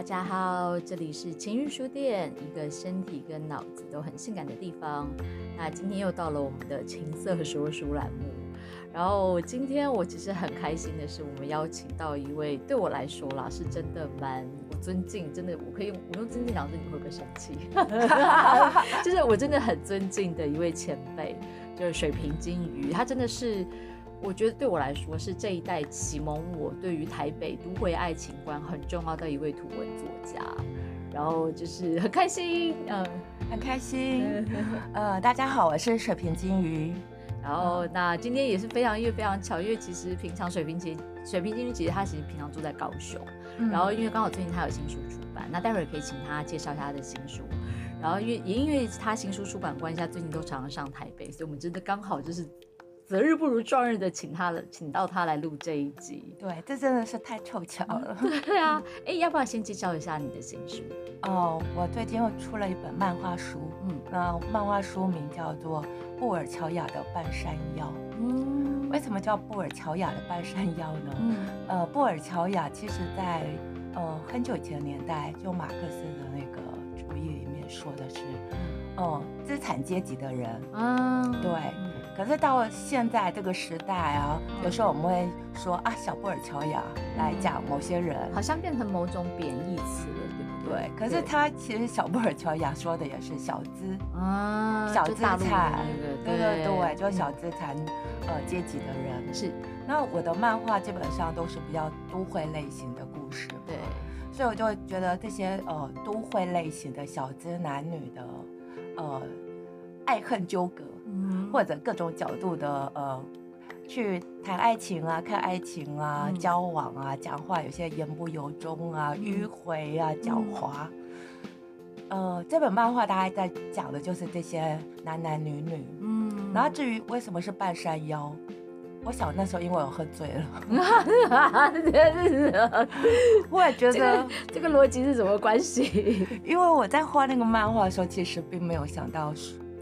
大家好，这里是情欲书店，一个身体跟脑子都很性感的地方。那今天又到了我们的情色说书栏目，然后今天我其实很开心的是，我们邀请到一位对我来说啦，是真的我尊敬，真的我用尊敬两字，你会不会生气？就是我真的很尊敬的一位前辈，就是水瓶金鱼，他真的是。我觉得对我来说是这一代启蒙我对于台北都会爱情观很重要的一位图文作家，然后就是很开心， 很开心，大家好，我是水瓶金鱼， 然后那今天也是非常巧，因为其实平常水瓶金鱼其实他其实平常住在高雄，然后因为刚好最近他有新书出版，那待会儿可以请他介绍一下他的新书，然后因为他新书出版关系，他最近都常常上台北，所以我们真的刚好就是。择日不如撞日的请到他来录这一集， 对，这真的是太凑巧了。 对啊，要不要先介绍一下你的新书？ 我最近又出了一本漫画书，那漫画书名叫做《布尔乔亚的半山腰》。为什么叫布尔乔亚的半山腰呢？布尔乔亚其实在很久以前的年代，就马克思的那个主义里面说的是，资产阶级的人，对。可是到现在这个时代啊，有时候我们会说啊，小布尔乔亚来讲某些人， 好像变成某种贬义词了，对不对？ 对。可是他其实小布尔乔亚说的也是小资小资产，对，就是小资产阶级的人。 是。 那我的漫画基本上都是比较都会类型的故事，对。所以我就会觉得这些都会类型的小资男女的爱恨纠葛。或者各种角度的去谈爱情啊，看爱情啊，交往啊，讲话有些言不由衷啊，迂回啊，狡猾。这本漫画大概在讲的就是这些男男女女。然后至于为什么是半山腰，我想那时候因为我喝醉了。我也觉得这个逻辑是什么关系？ 因为我在画那个漫画的时候，其实并没有想到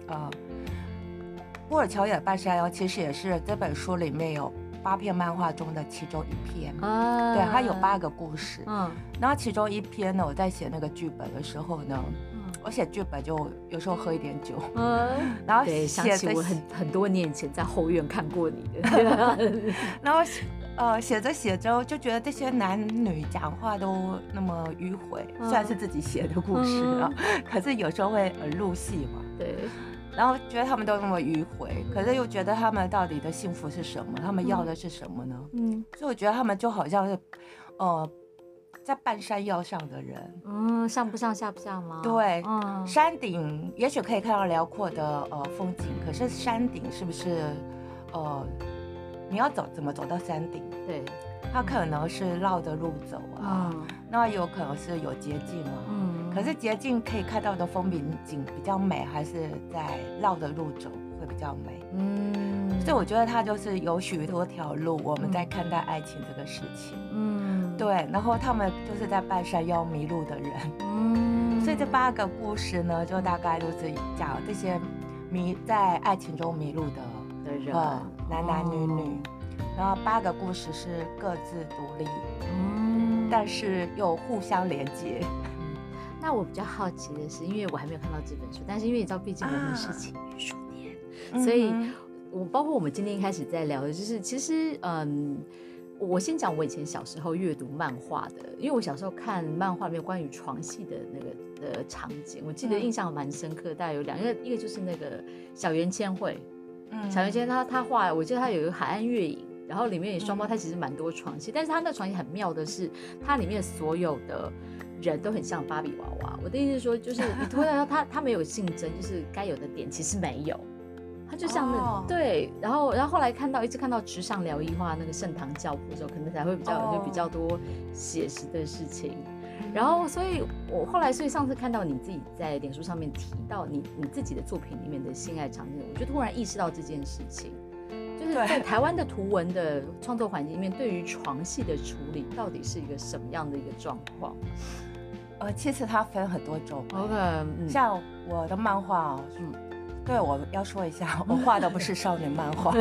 布尔乔亚半山腰其实也是这本书里面有8篇漫画中的其中1篇，对，它有8个故事，然后其中1篇呢，我在写那个剧本的时候呢，我写剧本就有时候喝一点酒，然后对，想起我很多年前在后院看过你的， 然后写着就觉得这些男女讲话都那么迂回，虽然是自己写的故事啊，可是有时候会入戏嘛， 对。 然后觉得他们都那么迂回，可是又觉得他们到底的幸福是什么？他们要的是什么呢？所以我觉得他们就好像是，在半山腰上的人， 上不上下不下吗？ 对，山顶也许可以看到辽阔的风景，可是山顶是不是你要怎么走到山顶？ 对， 它可能是绕着路走啊，那有可能是有捷径啊。可是捷径可以看到的风景比较美，还是在绕着路走会比较美？所以我觉得它就是有许多条路，我们在看待爱情这个事情。对，然后他们就是在半山腰迷路的人。所以这8个故事呢，就大概都是讲这些在爱情中迷路的人，男男女女。然后8个故事是各自独立，但是又互相连接。 那我比较好奇的是，因为我还没有看到这本书，但是因为你知道，毕竟我们是情欲书店，所以包括我们今天一开始在聊的，就是其实我先讲我以前小时候阅读漫画的，因为我小时候看漫画里面关于床戏的那个的场景，我记得印象蛮深刻，大概有2个，一个就是那个小圆千惠，小圆千他画，我记得他有一个海岸月影。然后里面也双胞胎其实蛮多床戏，但是他那床戏很妙的是，它里面所有的人都很像芭比娃娃。我的意思是说，就是你突然他没有竞争，就是该有的点其实没有，他就像对。然后后来一直看到池上辽一画那个盛唐教父的时候，可能才会比较多写实的事情。然后所以上次看到你自己在脸书上面提到你自己的作品里面的性爱场景，我就突然意识到这件事情。就是在台湾的图文的创作环境里面，对于床戏的处理到底是一个什么样的一个状况？ 其实它分很多种。像我的漫画对，我要说一下，我画的不是少女漫画，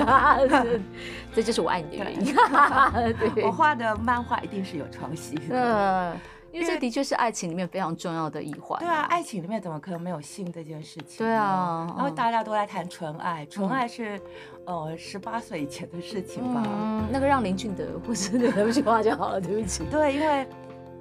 这就是我爱你的原因。 我画的漫画一定是有床戏的。 因为这的确是爱情里面非常重要的一环。 对啊，爱情里面怎么可能没有性这件事情？ 对啊， 然后大家都在谈纯爱，纯爱是18岁以前的事情吧？ 那个让林俊德或是对不起话就好了，对不起。 对，因为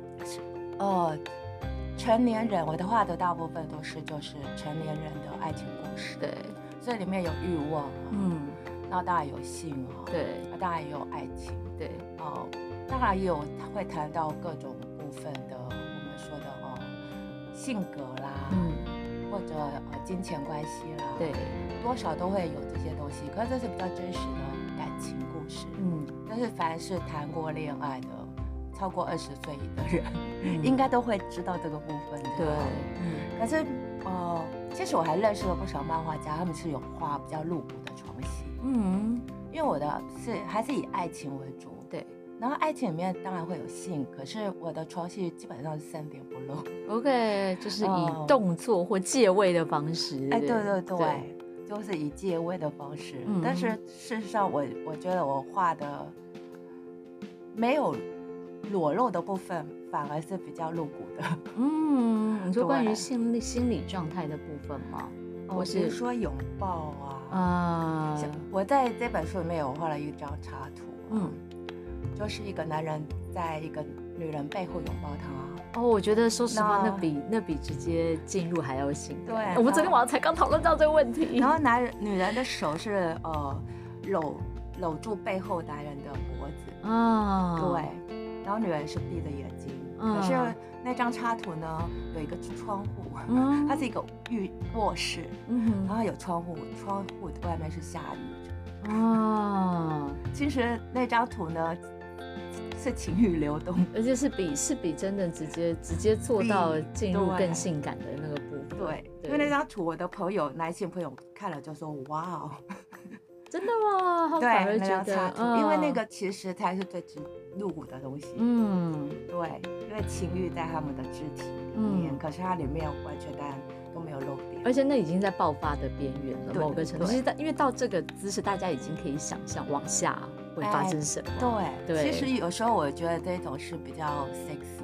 成年人，我的画的大部分都是就是成年人的爱情故事。 对， 所以里面有欲望，然后当然有性对， 当然也有爱情， 对， 当然也有会谈到各种部分的我们说的性格啦，或者金钱关系啦， 对， 多少都会有这些东西。可是这是比较真实的感情故事，但是凡是谈过恋爱的，超过20岁的人，应该都会知道这个部分。 对， 可是其实我还认识了不少漫画家，他们是有画比较露骨的床戏，因为我的还是以爱情为主， 对。 然后爱情里面当然会有性，可是我的床戏基本上是3点不漏。 OK， 就是以动作或借位的方式。 对，就是以借位的方式。但是事实上我觉得我画的没有裸露的部分，反而是比较露骨的。 你说关于心理状态的部分吗？ 比如说拥抱啊。我在这本书里面有画了一张插图，就是一个男人在一个女人背后拥抱他。 我觉得说实话，那比直接进入还要性感。 对， 我们昨天晚上才刚讨论到这个问题。 然后女人的手是搂住背后男人的脖子，对，然后女人是闭着眼睛，可是那张插图呢有一个窗户，它是一个卧室，然后有窗户外面是下雨着。其实那张图呢是情欲流动， 而且是比真的直接做到进入更性感的那个部分。 对，因为那张图我的男性朋友看了就说哇哦， 真的吗？ 对，那张插图，因为那个其实才是最露骨的东西。对，因为情欲在他们的肢体里面，可是它里面完全当然都没有露点， 而且那已经在爆发的边缘了，某个程度。其实因为到这个姿势，大家已经可以想象往下会发生什么。 对，其实有时候我觉得这种是比较 sexy。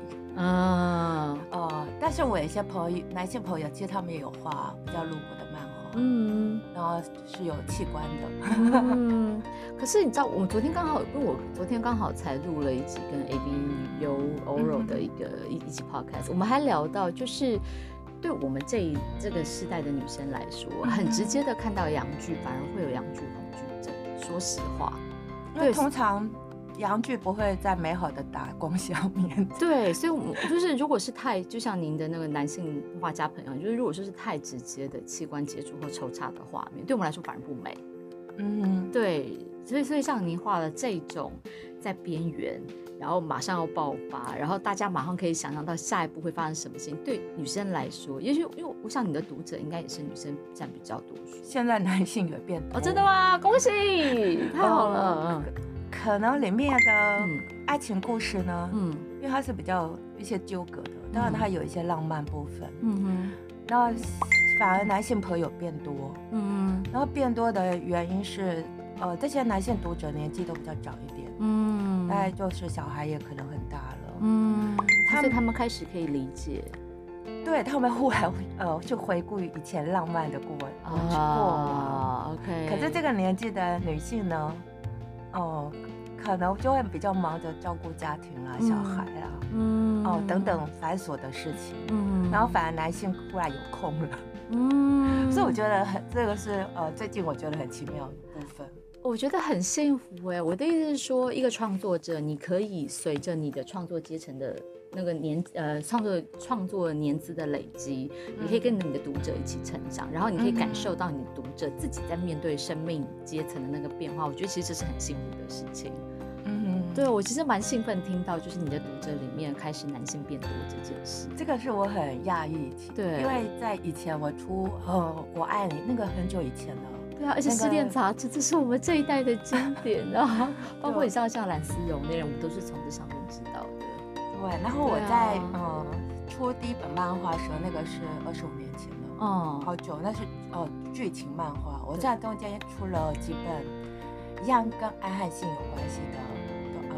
但是我有一些男性朋友，其实他们也有画比较露骨的漫画，然后是有器官的。 可是你知道，我昨天刚好才录了一集跟 AV 女优 Oro 的一集 podcast，我们还聊到就是。对我们这个世代的女生来说，很直接的看到阳具，反而会有阳具恐惧症。说实话， 因为通常阳具不会在美好的打光下面。 对，所以我就是如果是就像您的那个男性画家朋友，就是如果说是太直接的器官接触或抽插的画面，对我们来说反而不美。对，所以像您画的这种在边缘。然后马上要爆发，然后大家马上可以想象到下一步会发生什么事情。对女生来说，也许因为我想你的读者应该也是女生占比较多数。 现在男性也变多真的吗？恭喜，太好了。 可能里面的爱情故事呢，因为它是比较一些纠葛的，当然它有一些浪漫部分，那反而男性朋友变多，然后变多的原因是，这些男性读者年纪都比较长一点。大概就是小孩也可能很大了， 所以他们开始可以理解， 对他们忽然就回顾以前浪漫的过往。 OK， 可是这个年纪的女性呢，可能就会比较忙着照顾家庭啦、小孩啦，等等繁琐的事情，然后反而男性忽然有空了，所以我觉得这个是最近我觉得很奇妙的部分。 我觉得很幸福哎！我的意思是说，一个创作者，你可以随着你的创作阶层的那个创作年资的累积，你可以跟你的读者一起成长，然后你可以感受到你的读者自己在面对生命阶层的那个变化。我觉得其实这是很幸福的事情。对，我其实蛮兴奋听到，就是你的读者里面开始男性变多这件事。 这个是我很讶异， 对， 因为在以前我出我爱你那个很久以前了。 对啊，而且失恋杂志，这是我们这一代的经典啊，包括你像蓝丝绒那人，我们都是从这上面知道的。 对，然后我在出第一本漫画的时候，那个是25年前了，好久，那是剧情漫画。我在中间出了几本一样跟爱和性有关系的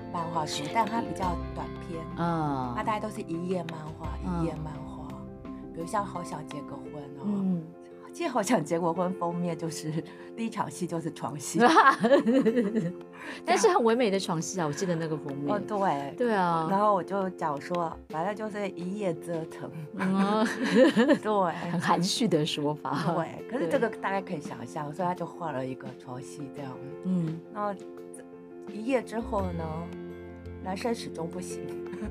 漫画书，但它比较短篇，它大概都是一页漫画，一页漫画。比如像《好想结个婚》哦，记得《好想结个婚》封面就是第一场戏就是床戏， 但是很唯美的床戏啊，我记得那个封面。 对对啊， 然后我就讲说，反正就是一夜折腾，对， 很含蓄的说法。 对，可是这个大概可以想象，所以他就画了一个床戏这样，然后一夜之后呢，男生始终不行。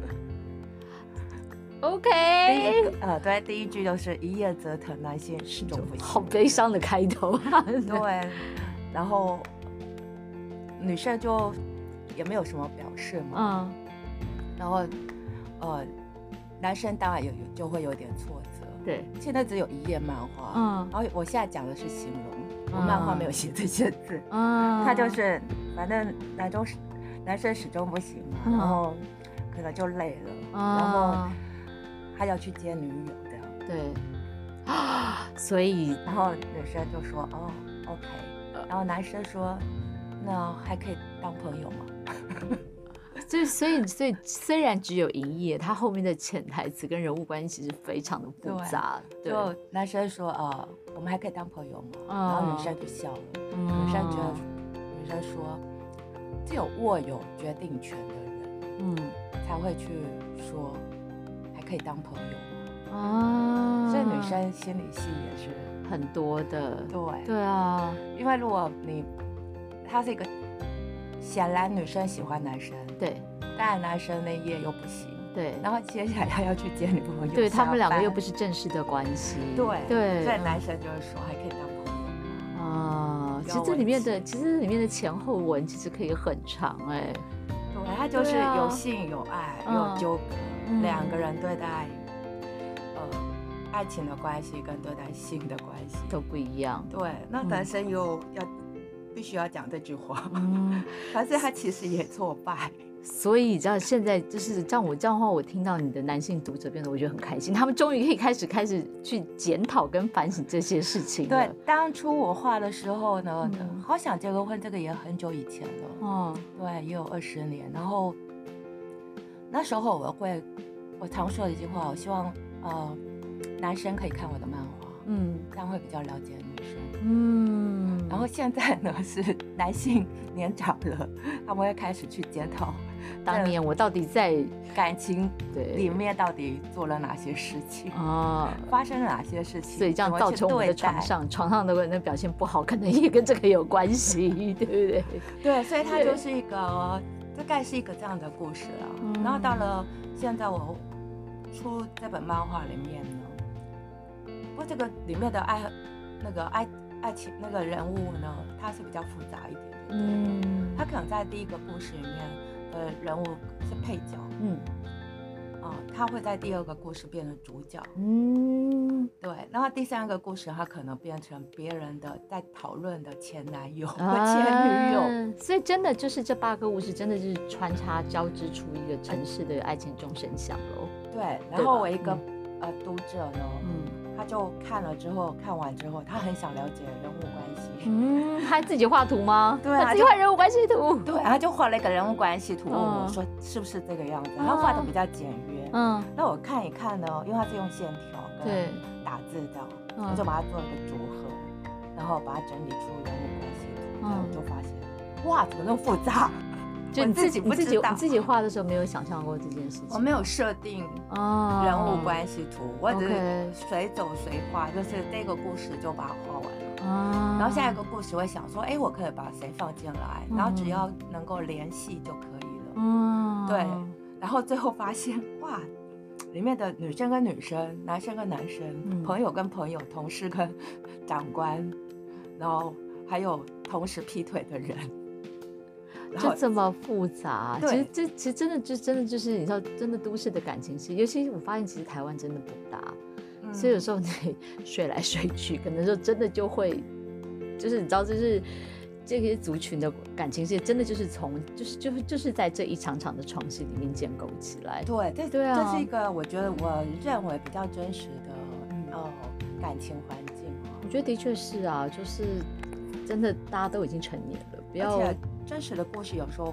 OK， 对，第一句就是一夜折腾，男性始终不行， 好悲伤的开头。 对，然后女生就也没有什么表示嘛，然后男生当然就会有点挫折。 对， 现在只有一页漫画，然后我现在讲的是形容，我漫画没有写这些字，他就是反正男生始终不行嘛，然后可能就累了，然后他要去接女友这样。 对，所以然后女生就说哦 OK， 然后男生说那还可以当朋友吗？ 所以虽然只有一页，它后面的潜台词跟人物关系其实非常的复杂。 对，就男生说我们还可以当朋友吗？然后女生就笑了。女生说，只有握有决定权的人，才会去说还可以当朋友吗？所以女生心理戏也是很多的。对啊， 因为如果他是一个。显然女生喜欢男生， 对， 但男生那页又不行， 对， 然后接下来他要去接女朋友， 对他们两个又不是正式的关系， 对，所以男生就是说还可以当朋友其实这里面的前后文其实可以很长对，他就是有性有爱有纠葛，两个人对待爱情的关系跟对待性的关系都不一样， 对，那男生又必须要讲这句话，可是他其实也挫败， 所以你知道现在就是这样的话，我听到你的男性读者变得我觉得很开心，他们终于可以开始去检讨跟反省这些事情了。 对，当初我画的时候呢，好想结个婚，这个也很久以前了，对，也有20年。然后那时候我常说的一句话，我希望男生可以看我的漫画，这样会比较了解女生，然后现在呢是男性年长了，他们会开始去检讨当年我到底在感情里面到底做了哪些事情发生了哪些事情， 所以这样造成我们的床上的人表现不好，可能也跟这个有关系，对不对？ 对，所以它就是一个大概是一个这样的故事了。然后到了现在我出这本漫画里面呢，不过这个里面的爱情那个人物呢，他是比较复杂一点，他可能在第一个故事里面的人物是配角，他会在第二个故事变成主角，对，然后第三个故事他可能变成别人的在讨论的前男友或前女友， 所以真的就是这8个故事真的就是穿插交织出一个城市的爱情众生相喽。 对，然后我一个读者呢，他就看完之后，他很想了解人物关系。 他自己画图吗？ 对啊， 他自己画人物关系图。 对，他就画了一个人物关系图，问我说是不是这个样子？他画的比较简约。那我看一看呢，因为他是用线条跟打字的，我就把它做了一个组合，然后把它整理出人物关系图。我就发现，哇，怎么那么复杂？ 就你自己画的时候没有想象过这件事情。 我没有设定人物关系图，我只是随走随画，就是这个故事就把它画完了。然后下一个故事会想说，我可以把谁放进来，然后只要能够联系就可以了。对，然后最后发现，哇，里面的女生跟女生，男生跟男生，朋友跟朋友，同事跟长官，然后还有同时劈腿的人。 就这么复杂，其实真的就是你知道，真的都市的感情戏，尤其我发现其实台湾真的不大，所以有时候你睡来睡去，可能说真的就会，就是你知道，就是这些族群的感情戏，真的就是就是在这一场场的床戏里面建构起来。 对，这是一个我觉得我认为比较真实的感情环境。 我觉得的确是啊，就是真的大家都已经成年了，不要。 而且真实的故事有时候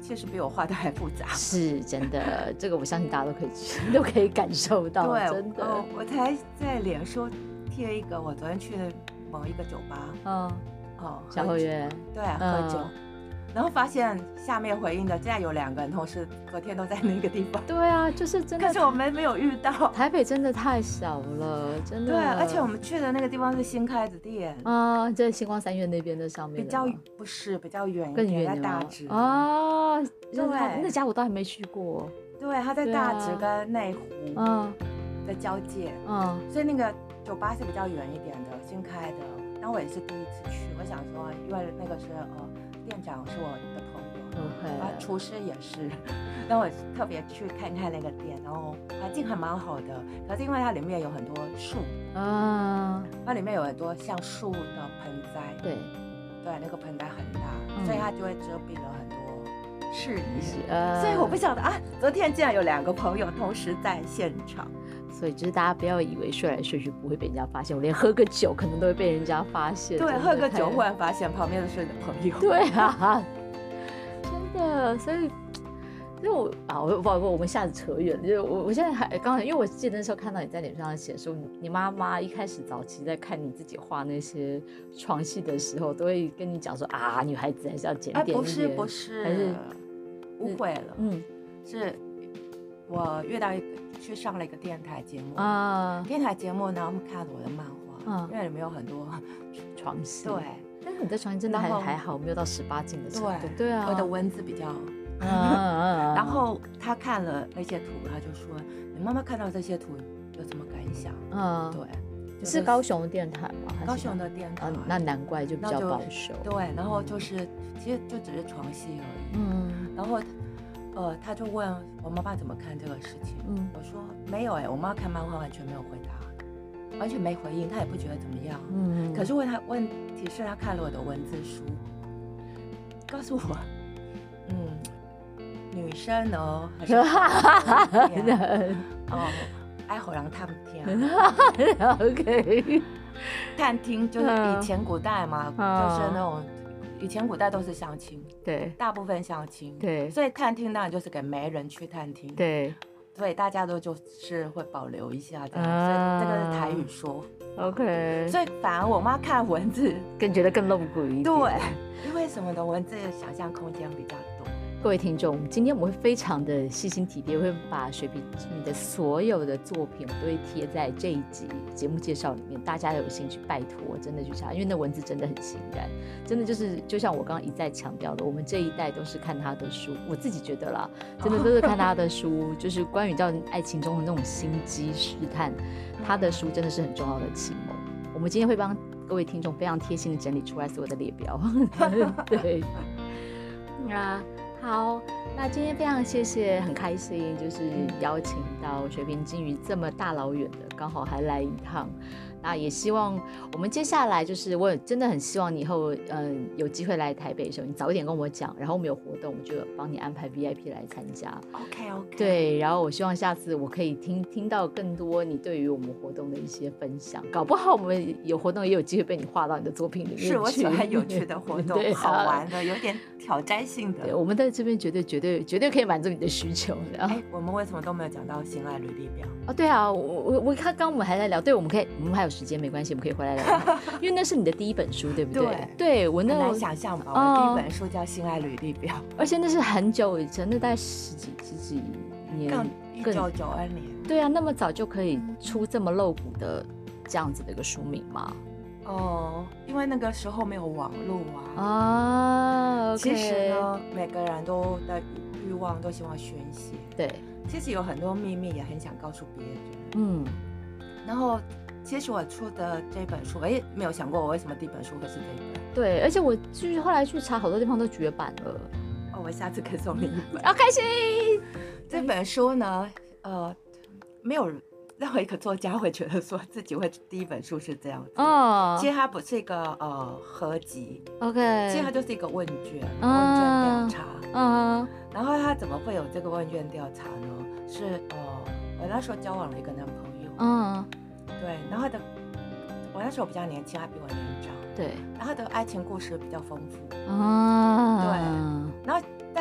其实比我画的还复杂。 是真的，这个我相信大家都可以感受到。 对， 真的。 我才在脸书贴一个我昨天去的某一个酒吧， 小后园， 对，喝酒。然后发现下面回应的竟然有2个人同事昨天都在那个地方。 对啊，就是真的。 可是我们没有遇到。 台北真的太小了，真的。 对，而且我们去的那个地方是新开的店在星光三月那边的上面。 比较远一点， 更远在大直。 对，那家我倒还没去过。 对，它在大直跟内湖的交界。所以那个酒吧是比较远一点的，新开的。然后我也是第一次去，我想说，因为那个是店长是我的朋友，厨师也是，然后我特别去看看那个店，然后环境还蛮好的，可是因为它里面有很多树它里面有很多像树的盆栽，对，那个盆栽很大，所以它就会遮蔽了很多视野，所以我不晓得昨天竟然有2个朋友同时在现场。 所以就是大家不要以为睡来睡去不会被人家发现，我连喝个酒可能都会被人家发现。 对，喝个酒忽然发现旁边是睡的朋友。 对啊，真的，所以我们下次扯远了。就是我现在还刚才，因为我记得那时候看到你在脸上写说，你妈妈一开始早期在看你自己画那些床戏的时候，都会跟你讲说女孩子还是要检点一点。 不是，还是误会了。是我遇到去上了一个电台节目电台节目呢，他们看了我的漫画，因为里面有很多床戏。 对， 但是你的床戏真的还好，没有到18禁的程度。对啊， 我的文字比较。然后他看了那些图，他就说：“你妈妈看到这些图有什么感想？”对， 是高雄的电台吗？ 高雄的电台。 那难怪就比较保守。 对，然后就是其实就只是床戏而已。然后。他就问我妈妈怎么看这个事情，我说没有我妈看漫画完全没有回答，完全没回应，她也不觉得怎么样。可是问题是她看了我的文字书，告诉我，女生呢，还是爱好人探听 ，OK， 探听就是以前古代嘛，就是那种。以前古代都是相亲， 对， 大部分相亲， 对， 所以探听当然就是给媒人去探听， 对， 所以大家都就是会保留一下这样，所以这个是台语说 ，OK， 所以反而我妈看文字更觉得更露骨一点， 对，因为什么的文字想象空间比较多。 各位听众，今天我们会非常的细心体贴，会把水瓶之女的所有的作品都会贴在这一集节目介绍里面，大家有兴趣拜托真的去查，因为那文字真的很心染，真的就是就像我刚刚一再强调的，我们这一代都是看他的书，我自己觉得啦，真的都是看他的书，就是关于到爱情中的那种心机试探，他的书真的是很重要的启蒙。我们今天会帮各位听众非常贴心的整理出来所有的列表，对好，那今天非常谢谢，很开心，就是邀请到水瓶金鱼这么大老远的，刚好还来一趟。那也希望我们接下来就是，我也真的很希望你以后有机会来台北的时候，你早一点跟我讲，然后我们有活动，我就帮你安排 VIP 来参加。 OK。 对，然后我希望下次我可以听到更多你对于我们活动的一些分享，搞不好我们有活动也有机会被你画到你的作品里面去。 是我喜欢有趣的活动，好玩的，有点挑战性的。 对，我们在这边绝对可以满足你的需求的。 我们为什么都没有讲到性爱履历表？ 对啊，我看刚我们还在聊，对，我们还有时间，没关系，我们可以回来聊，因为那是你的第一本书，对不对？对，我很难想象吧，我的第一本书叫《性爱履历表》， 而且那是很久以前，那大概十几年 ，1992年。 对啊，那么早就可以出这么露骨的这样子的一个书名吗？ 因为那个时候没有网络啊。 OK。 其实呢，每个人都的欲望都希望宣泄。 对。 其实有很多秘密也很想告诉别人。然后，其实我出的这本书，没有想过我为什么第一本书会是这一本。 对，而且我就是后来去查，好多地方都绝版了。 我下次可以送你一本。 开心。 这本书呢，没有任何一个作家会觉得说自己会第一本书是这样子。其实它不是一个合集。OK。其实它就是一个问卷调查。然后他怎么会有这个问卷调查呢？是我那时候交往了一个男朋友。对，然后我那时候比较年轻，他比我年长。对，然后他的爱情故事比较丰富。对，然后但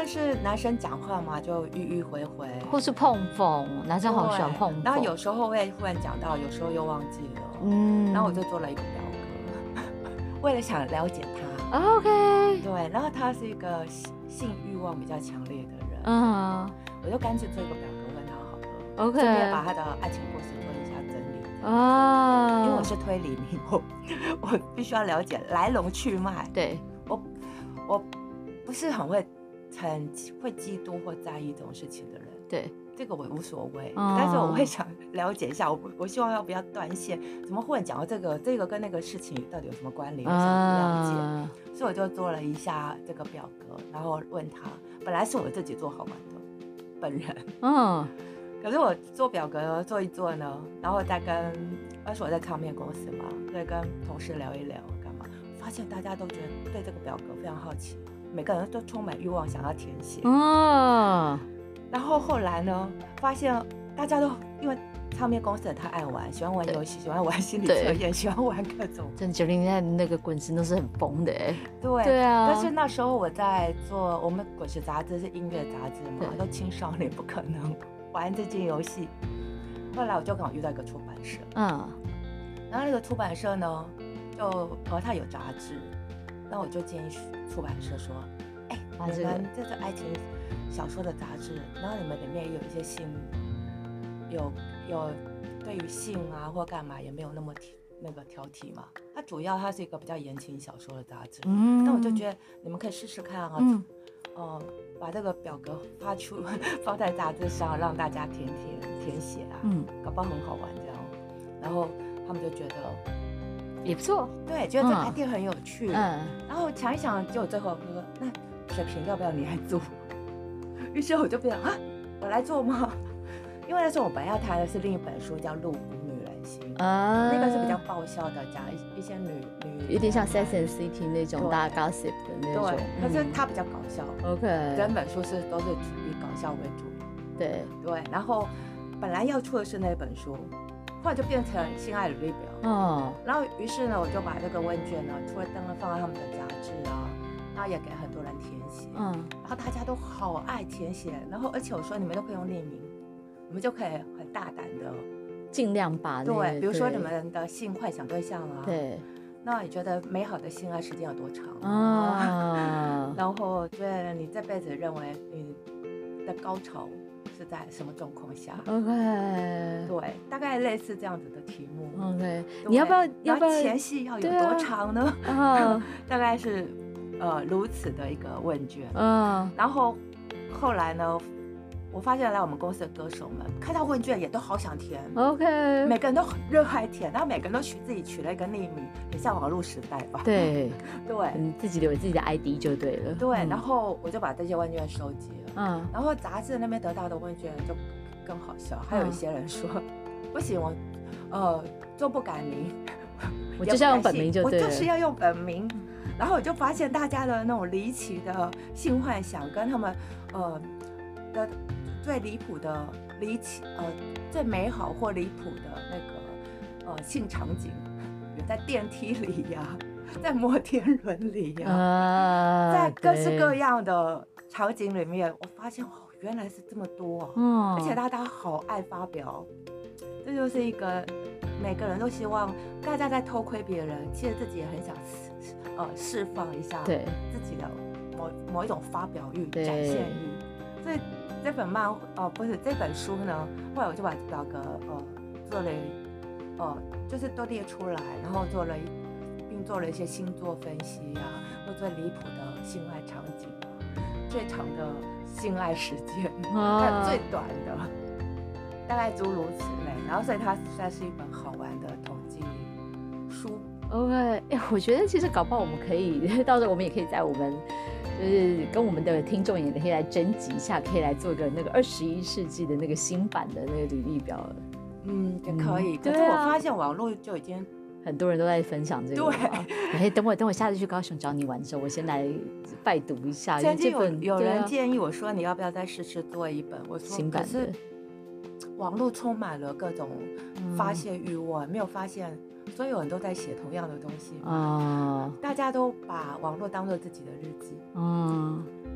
但是男生讲话嘛，就迂迂回回， 或是碰风，男生好喜欢碰风。 然后有时候会忽然讲到，有时候又忘记了。然后我就做了一个表格，为了想了解他。 OK。 对，然后他是一个性欲望比较强烈的人。我就干脆做一个表格问他好了。 OK。 顺便把他的爱情故事做一下整理。因为我是推理迷，我必须要了解来龙去脉。 对， 我不是很会嫉妒或在意这种事情的人。 对， 这个我无所谓，但是我会想了解一下，我希望要不要断线，怎么忽然讲到这个跟那个事情到底有什么关联，我想了解。所以我就做了一下这个表格，然后问他，本来是我自己做好玩的本人，可是我做表格做一做呢，然后再跟而且我在唱片公司嘛，对，跟同事聊一聊干嘛，发现大家都觉得对这个表格非常好奇，每个人都充满欲望想要填写。然后后来呢，发现大家都因为唱片公司太爱玩，喜欢玩游戏，喜欢玩心理测验，喜欢玩各种。 真的90年代那个滚石都是很疯的哎。 对啊。但是那时候我在做我们滚石杂志是音乐杂志嘛，都青少年不可能玩这件游戏。后来我就刚好遇到一个出版社，然后那个出版社呢，他有杂志，那我就建议出版社说，你们这是爱情小说的杂志，然后你们里面有一些性，有对于性啊或干嘛也没有那么挑剔嘛。它是一个比较言情小说的杂志，那我就觉得你们可以试试看啊，把这个表格放在杂志上，让大家填写啊，搞不好很好玩这样。然后他们就觉得也不错， 对，觉得这个 idea 很有趣，然后想一想，结果最后就说那水瓶要不要你来做？于是我就变成我来做吗？因为那时候我本来要谈的是另一本书，叫《入骨女人心》，那个是比较爆笑的，讲一些女有点像 Sex and City 那种大 gossip 的那种， 可是它比较搞笑。 OK， 整本书都是以搞笑为主。对，然后本来要出的是那本书，后来就变成性爱履历表。然后于是呢，我就把这个问卷呢，除了放在他们的杂志啊，然后也给很多人填写。然后大家都好爱填写，然后而且我说你们都可以用匿名，你们就可以很大胆的尽量把对，比如说你们的性幻想对象啊， 对， 那你觉得美好的性爱时间有多长啊？然后觉得你这辈子认为你的高潮是在什么状况下 ？OK， 对，大概类似这样子的题目。 OK， 你要不要前戏要有多长呢？大概是如此的一个问卷。然后后来呢，我发现来我们公司的歌手们看到问卷也都好想填。 OK， 每个人都很热爱填，然后每个人都自己取了一个匿名，很像网络时代吧。 对， 自己留自己的 ID 就对了。 对，然后我就把这些问卷收集了。然后杂志那边得到的问卷就更好笑，还有一些人说不行，我做不改名， 我就是要用本名就对了， 我就是要用本名。然后我就发现大家的那种离奇的性幻想，跟他们的最离谱的最美好或离谱的那个性场景，有在电梯里呀，在摩天轮里呀，在各式各样的场景里面，我发现原来是这么多，而且大家好爱发表，这就是一个每个人都希望大家在偷窥别人，其实自己也很想释放一下自己的某一种发表欲、展现欲。所以这本书呢，后来我就把表格做了就是都列出来，然后并做了一些星座分析啊，或最离谱的性爱场景啊，最长的性爱时间，还有最短的，大概诸如此类。然后所以它实在是一本好玩的统计书。 OK， 我觉得其实搞不好我们可以到时候我们也可以在我们就是跟我们的听众也可以来征集一下，可以来做个那个21世纪的那个新版的那个履历表了。 也可以。可是我发现网络就已经很多人都在分享这个。对。等我下次去高雄找你玩的时候，我先来拜读一下。 曾经有人建议我说，你要不要再试做一本？我说新版的。 可是网络充满了各种发泄欲望，没有发现所有人都在写同样的东西大家都把网络当作自己的日记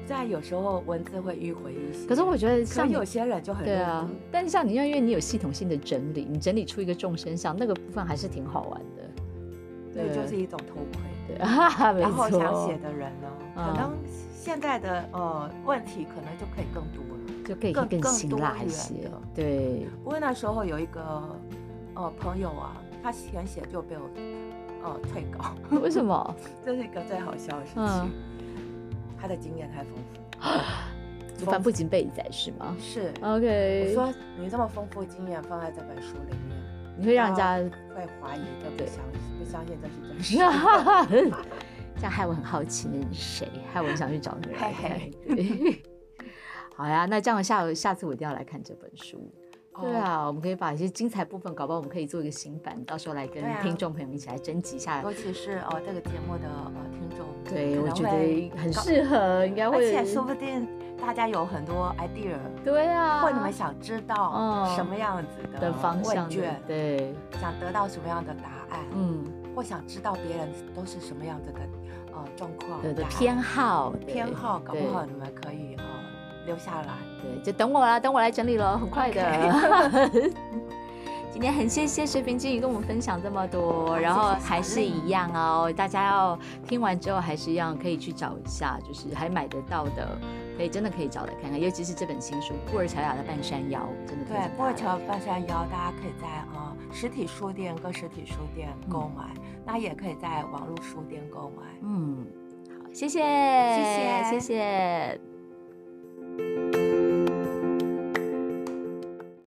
在有时候文字会迂回一些， 可是我觉得像有些人就很对啊，但是像你，因为你有系统性的整理，你整理出一个众生相，那个部分还是挺好玩的。 对，就是一种偷窥。 对， 然后想写的人呢，可能现在的问题可能就可以更多了， 就可以更辛辣一些。对。 不过那时候有一个朋友啊，他填写就被我退稿。 为什么？ 这是一个最好笑的事情。他的经验太丰富， 就帆布经被载是吗？ 是。 OK。 我说你这么丰富经验放在这本书里面， 你会让人家会怀疑的，不相信这是真实。 这样害我很好奇那是谁，害我很想去找那个人来看。好呀，那这样下次我一定要来看这本书。对啊，我们可以把一些精彩部分，搞不好我们可以做一个新版，到时候来跟听众朋友们一起来征集一下。 尤其是这个节目的听众， 对，我觉得很适合，应该会。 而且说不定大家有很多 idea。 对啊， 或你们想知道什么样子的方向卷， 对， 想得到什么样的答案，或想知道别人都是什么样子的状况， 对的偏好， 搞不好你们可以留下来。 对，就等我啦，等我来整理了，很快的。Okay. 今天很谢谢水瓶金鱼跟我们分享这么多，然后还是一样哦，大家要听完之后还是一样可以去找一下，就是还买得到的，真的可以找来看看，尤其是这本新书《布尔乔亚的半山腰》，真的推荐。 对，布尔乔亚半山腰，大家可以在实体书店各实体书店购买，那也可以在网络书店购买。 好，谢谢。